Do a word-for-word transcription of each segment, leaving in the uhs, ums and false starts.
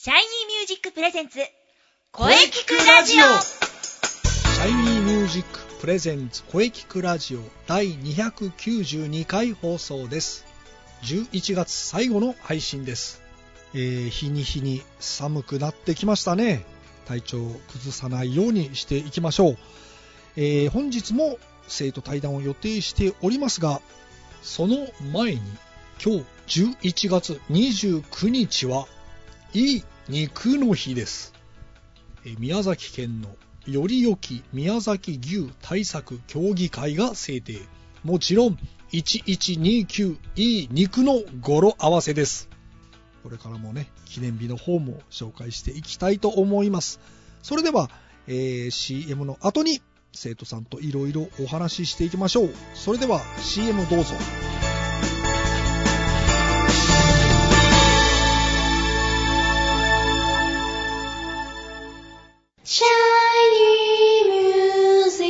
シャイニーミュージックプレゼンツ声聞くラジオ。 シャイニーミュージックプレゼンツ声聞くラジオだいにひゃくきゅうじゅうにかい放送です。じゅういちがつ最後の配信です。えー、日に日に寒くなってきましたね。体調を崩さないようにしていきましょう。えー、本日も生徒対談を予定しておりますが、その前に今日じゅういちがつにじゅうくにちはいい肉の日です。えー、宮崎県のより良き宮崎牛対策協議会が制定。もちろんいちいちにきゅういい肉の語呂合わせです。これからもね、記念日の方も紹介していきたいと思います。それでは、えー、シーエム の後に生徒さんといろいろお話ししていきましょう。それでは シーエム どうぞ。 シャイニーミュージ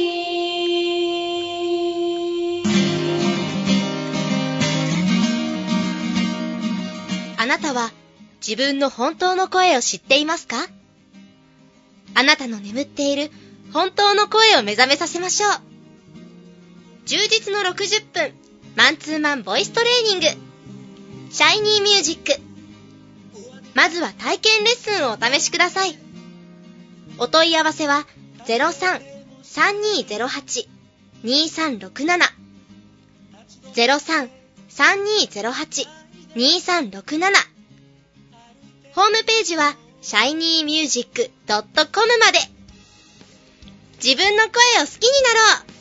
ック。あなたは自分の本当の声を知っていますか？あなたの眠っている本当の声を目覚めさせましょう。充実のろくじゅっぷんマンツーマンボイストレーニング、シャイニーミュージック。まずは体験レッスンをお試しください。お問い合わせは ゼロさん さんにーゼロはち にーさんろくなな ゼロさん さんにーゼロはち にーさんろくなな。ホームページは シャイニーミュージックドットコム まで。自分の声を好きになろう。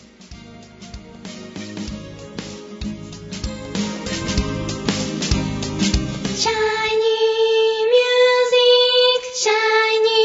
シャイニーミュージック、シャイニ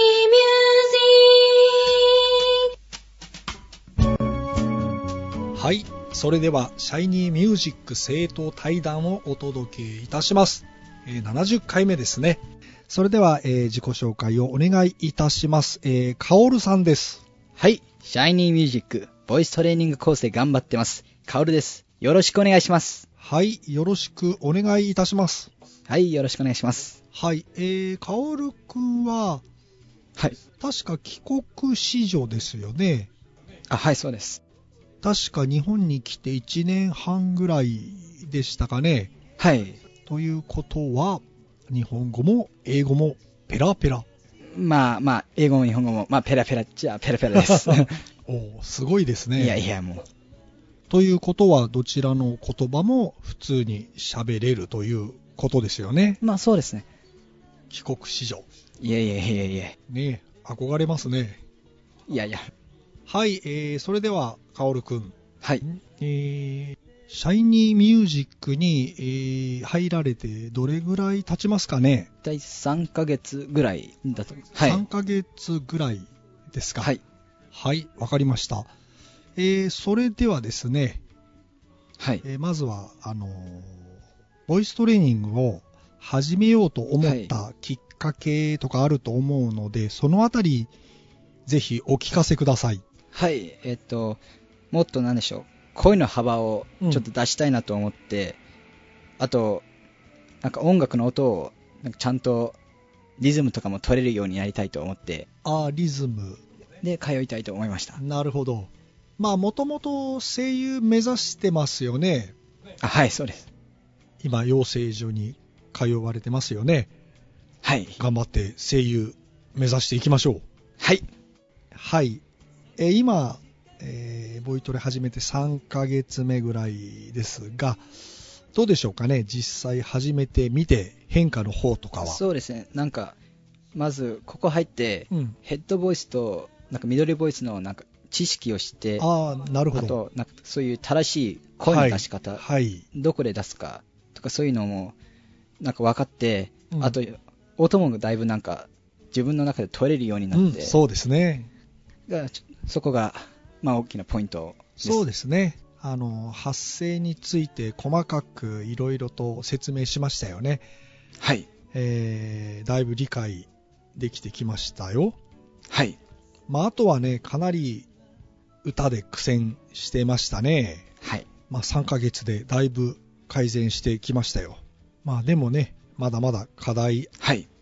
ーミュージック。 はい、それではシャイニーミュージック生徒対談をお届けいたします。えー、ななじゅっかいめですね。それでは、えー、自己紹介をお願いいたします。えー、カオルさんです。 はい、シャイニーミュージックボイストレーニングコースで頑張ってます。カオルです。よろしくお願いします。 はい、よろしくお願いいたします。 はい、よろしくお願いします。 はい、えー、カオルくんは、 はい、 確か帰国子女ですよね。 あ、はい、そうです。 確か日本に来ていちねんはんぐらいでしたかね。 はい。ということは、日本語も英語もペラペラ。 まあまあ、英語も日本語も、まあペラペラっちゃペラペラです。 お、すごいですね。 いやいや、もう。 ということは、どちらの言葉も普通に喋れるということですよね。 まあそうですね。 帰国子女。 いやいやいやいや。 ねえ、憧れますね。 いやいや。 はい、えー、それでは、カオルくん。 はい。 えー、シャイニーミュージックに、えー、入られてどれぐらい経ちますかね？ だいたいさんかげつぐらいだと。はい。 さんかげつぐらいですか？ はい。 はい、わかりました。えー、それではですね、 はい。 えー、まずは、あのー、ボイストレーニングを始めようと思ったきっかけとかあると思うので、はい、そのあたり、ぜひお聞かせください。 はい、えっと、もっとなんでしょう、声の幅をちょっと出したいなと思って、うん、あと、なんか音楽の音をなんかちゃんとリズムとかも取れるようになりたいと思って、 ああ、リズム。 で、通いたいと思いました。 なるほど。まあ、もともと声優目指してますよね。 あ、はい、そうです。 今、養成所に通われてますよね。 はい。 頑張って声優目指していきましょう。 はい。 はい。えー、今、えー、ボイトレ始めてさんかげつめぐらいですが、どうでしょうかね、実際始めてみて変化の方とかは。 そうですね、なんかまずここ入って、うん、ヘッドボイスとなんかミドルボイスのなんか知識を知って、 ああ、なるほど。 あとなんかそういう正しい声の出し方、 はいはい、 どこで出すかとかそういうのもなんか分かって、うん、あと音もだいぶなんか自分の中で取れるようになって、うん、 そうですね。 がそこがまあ大きなポイントです。 そうですね。あの発声について細かくいろいろと説明しましたよね。 はい。 えー、だいぶ理解できてきましたよ。 はい。 まああとはね、かなり歌で苦戦してましたね。 はい。 まあさんかげつでだいぶ改善してきましたよ。まあでもね、まだまだ課題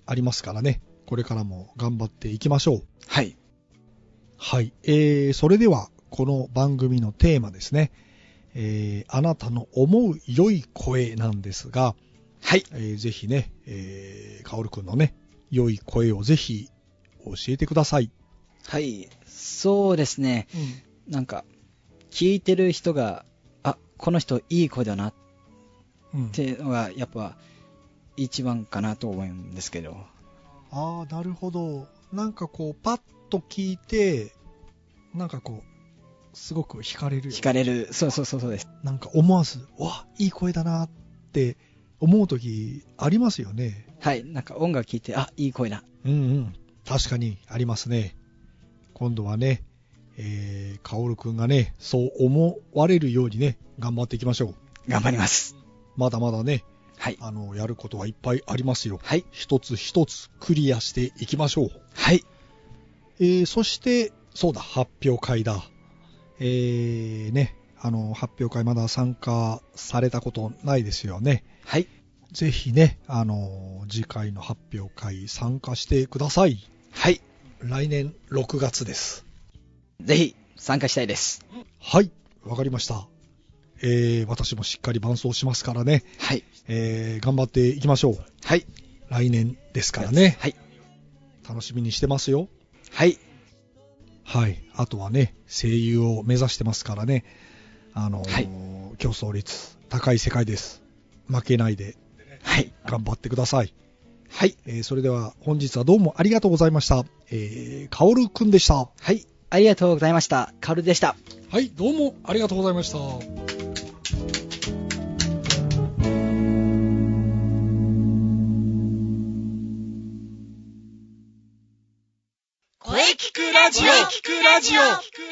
ありますからね、これからも頑張っていきましょう。 はい。 はい。えー、それでは、この番組のテーマですね。えー、あなたの思う良い声なんですが、 はい。 えー、ぜひね、えー、かおるくんのね、良い声をぜひ教えてください。 はい。そうですね。うん、なんか、聞いてる人が、あ、この人いい声だなっていうのが、やっぱ、一番かなと思うんですけど。 ああ、なるほど。なんかこう、パッと聞いて、なんかこう、すごく惹かれる。 惹かれる。そうそうそうそうです。 なんか思わず、わ、いい声だなって思うときありますよね。 はい。なんか音楽聞いて、あ、いい声だ。 うんうん。確かにありますね。今度はね、えー、かおるくんがね、そう思われるようにね、頑張っていきましょう。 頑張ります。 まだまだね、 はい。 あの、やることはいっぱいありますよ。 はい。 一つ一つクリアしていきましょう。 はい。 えー、そして、そうだ、発表会だ。えー、ね、あの、発表会まだ参加されたことないですよね。 はい。 ぜひね、あの、次回の発表会参加してください。 はい。 来年ろくがつです。 ぜひ参加したいです。 はい、わかりました。えー、私もしっかり伴奏しますからね。 はい。 えー、頑張っていきましょう。 はい。 来年ですからね。 はい。 楽しみにしてますよ。 はい。 はい。あとはね、声優を目指してますからね。あのーはい、 競争率高い世界です。負けないで、 はい。 頑張ってください。 はい。 えー、それでは本日はどうもありがとうございました。えー、かおるくんでした。 はい。ありがとうございました。かおるでした。 はい、どうもありがとうございました。 声聞くラジオ聞くラジオ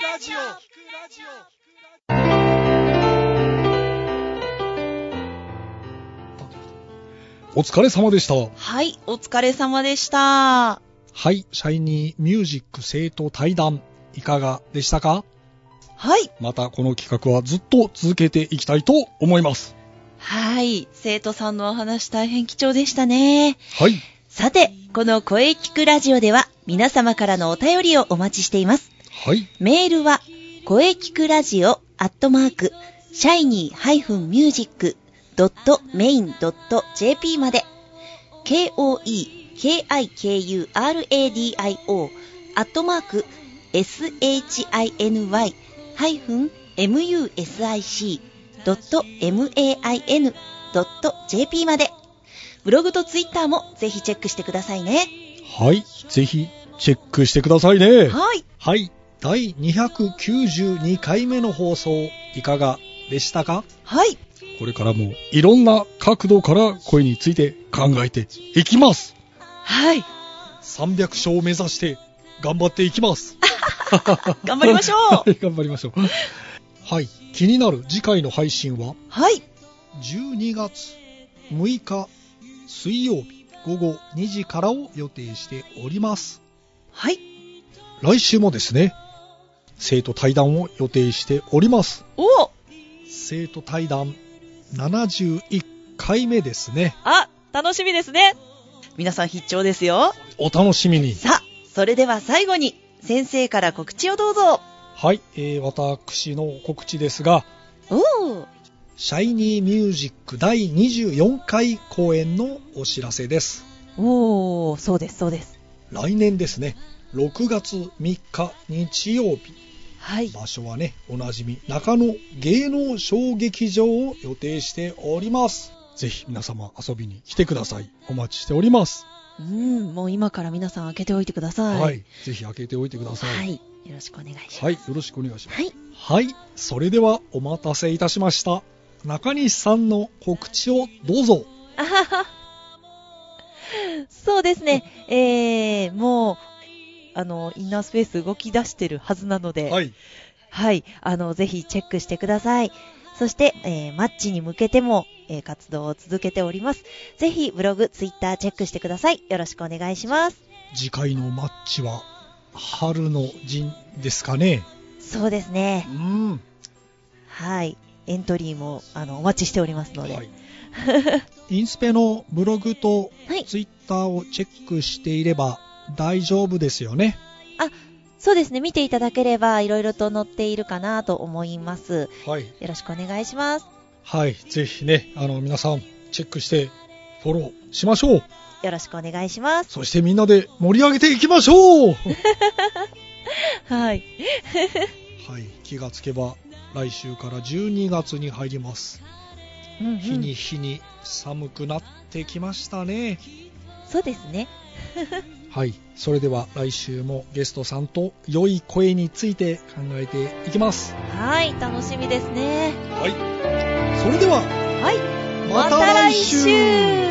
お疲れ様でした。 はい、お疲れ様でした。 はい、シャイニーミュージック生徒対談いかがでしたか？ はい。 またこの企画はずっと続けていきたいと思います。 はい、生徒さんのお話大変貴重でしたね。 はい。 さて、この声聞くラジオでは皆様からのお便りをお待ちしています。 はい。 メールは声聞くラジオアットマークシャイニーハイフンミュージックドットメインドットジェーピー まで ケーオーイーケーアイケーユーアールエーディーアイオー アットマーク エスエイチアイエヌワイ ハイフン ミュージック ドットメイン ドット ジェーピー までブログとツイッターもぜひチェックしてくださいね。 はい、ぜひチェックしてくださいね。 はい。 はい、だいにひゃくきゅうじゅうにかいめの放送いかがでしたか？ はい。 これからもいろんな角度から声について考えていきます。 はい。 さんびゃくしょうを目指して頑張っていきます。 頑張りましょう。 はい、頑張りましょう。はい、気になる次回の配信は、 はい、 じゅうにがつむいか水曜日ごごにじからを予定しております。 はい。 来週もですね、生徒対談を予定しております。 お生徒対談ななじゅういっかいめですね。 あ、楽しみですね。皆さん必聴ですよ。 お楽しみに。 さあ、それでは最後に先生から告知をどうぞ。 はい、えー、私の告知ですが、 おー、 シャイニーミュージックだいにじゅうよんかい公演のお知らせです。 おー、そうですそうです。 来年ですね、ろくがつみっか日曜日。 はい。 場所はね、おなじみ中野芸能小劇場を予定しております。ぜひ皆様遊びに来てください。お待ちしております。 うん、もう今から皆さん開けておいてください。 はい、ぜひ開けておいてください。 はい、よろしくお願いします。 はい、よろしくお願いします。 はい。 はい、それではお待たせいたしました。中西さんの告知をどうぞ。 あはは。そうですね。えー、もう、あの、インナースペース動き出してるはずなので、 はい。 はい、あの、ぜひチェックしてください。そして、えー、マッチに向けても、えー、活動を続けております。ぜひ、ブログ、ツイッターチェックしてください。よろしくお願いします。 次回のマッチは、春の陣ですかね。 そうですね。 うん。 はい。 エントリーもあのお待ちしておりますので、 はい、インスペのブログとはい、 ツイッターをチェックしていれば大丈夫ですよね。 あ、そうですね、見ていただければいろいろと載っているかなと思います。 はい、 よろしくお願いします。 はい、ぜひね、あの皆さんチェックしてフォローしましょう。 よろしくお願いします。 そしてみんなで盛り上げていきましょうはい。 はい、気がつけば来週からじゅうにがつに入ります。 うんうん、 日に日に寒くなってきましたね。 そうですね。 はい、それでは来週もゲストさんと良い声について考えていきます。 はい、楽しみですね。 はい、それでは、 はい、 また来週。